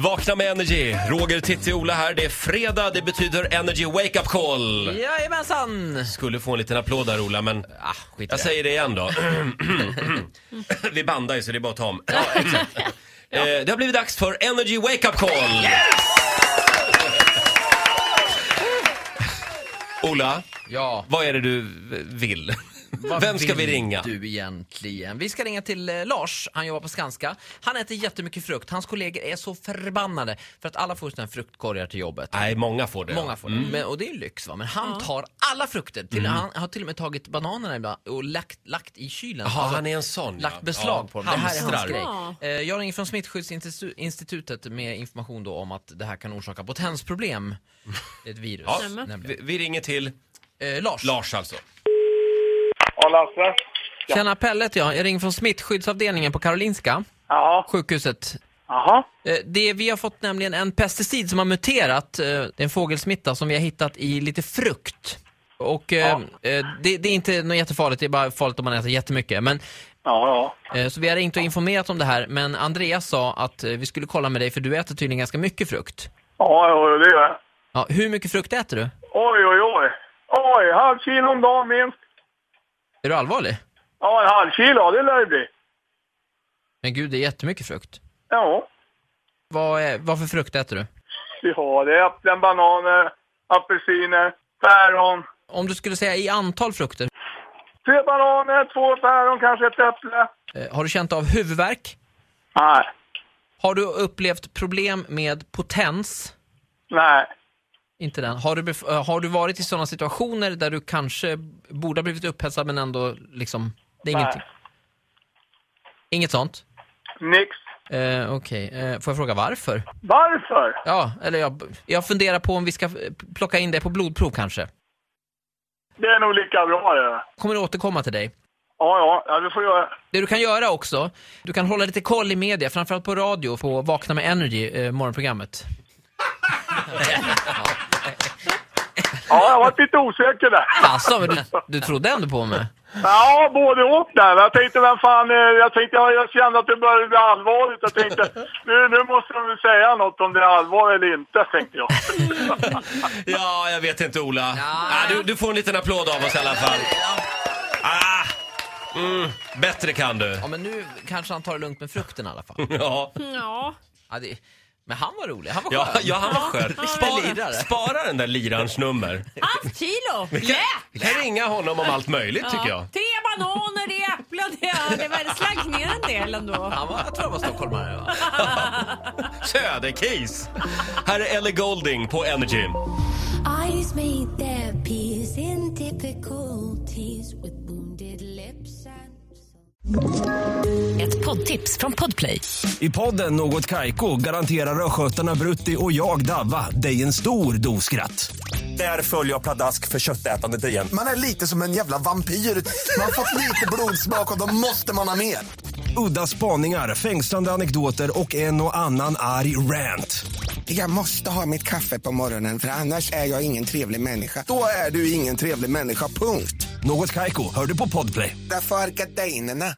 Vakna med Energy. Roger, Titti, Ola här. Det är fredag, det betyder Energy Wake Up Call. Jajamensan. Skulle få en liten applåd där, Ola, men jag säger det igen då. Vi bandar ju så det är bara att ta om. Ja, exakt. Det har blivit dags för Energy Wake Up Call. Yes! Ola, vad är det du vill? Vem ska vi ringa? Du egentligen? Vi ska ringa till Lars, han jobbar på Skanska. Han äter jättemycket frukt. Hans kollegor är så förbannade för att alla får sådana fruktkorgar till jobbet. Nej, många får det. Många får det. Men, och det är lyx, va? Men han tar alla frukter. Han har till och med tagit bananerna ibland och lagt i kylen. Jaha, han är en sån. Lagt beslag på dem. Det här är hans grej. Ja. Jag ringer från Smittskyddsinstitutet med information då om att det här kan orsaka potensproblem. Det är ett virus. Ja, vi ringer till Lars. Lars alltså. Ja, Lasse. Tjena, Pellet, jag ringer från smittskyddsavdelningen på Karolinska. Ja. Sjukhuset. Jaha. Vi har fått nämligen en pesticid som har muterat. Det är en fågelsmitta som vi har hittat i lite frukt. Och det är inte något jättefarligt, det är bara farligt om man äter jättemycket. Men, så vi har ringt och informerat om det här. Men Andreas sa att vi skulle kolla med dig, för du äter tydligen ganska mycket frukt. Ja, det gör jag. Ja, hur mycket frukt äter du? Oj, halv kilo om dagen minst. Är du allvarlig? Ja, en halv kilo, det lär det bli. Men gud, det är jättemycket frukt. Ja. Vad för frukt äter du? Ja, det är äpplen, bananer, apelsiner, päron. Om du skulle säga i antal frukter. 3 bananer, 2 päron, kanske ett äpple. Har du känt av huvudvärk? Nej. Har du upplevt problem med potens? Nej. Inte den. Har du varit i sådana situationer där du kanske borde ha blivit upphetsad men ändå liksom... Det är ingenting. Inget sånt? Nix. Okej. Får jag fråga varför? Varför? Ja, eller jag funderar på om vi ska plocka in det på blodprov kanske. Det är nog lika bra det. Kommer du återkomma till dig? Ja, det får jag. Det du kan göra också, du kan hålla lite koll i media, framförallt på radio, på Vakna med Energy, morgonprogrammet. Ja, jag var lite osäker där. Alltså, men du trodde ändå på mig. Ja, både och där. Jag tänkte, jag kände att det började bli allvarligt. Jag tänkte, nu måste de väl säga något om det är allvar eller inte, tänkte jag. Ja, jag vet inte, Ola. Du får en liten applåd av oss i alla fall. Bättre kan du. Ja, men nu kanske han tar det lugnt med frukten i alla fall. Ja. Men han var rolig, han var skön. Ja, han var skön. Spara den där lirans nummer. Halv kilo! Vi kan ringa honom om allt möjligt, tycker jag. 3 bananer, det är äpplen, det var slank ner en del ändå. Jag tror han var stockholmare. Va? Söderkis. Här är Ellie Goulding på Energy. Eyes made their peace in difficulties with wounded lips and... Ett poddtips från Podplay. I podden Något Kaiko garanterar skötarna Brutti och jag Davva dig en stor doskratt. Där följer jag pladask för köttätandet igen. Man är lite som en jävla vampyr. Man har fått lite blodsmak och då måste man ha mer. Udda spaningar, fängslande anekdoter och en och annan arg rant. Jag måste ha mitt kaffe på morgonen för annars är jag ingen trevlig människa. Då är du ingen trevlig människa, punkt. Något Kaiko, hör du på Podplay. Därför är gardinerna.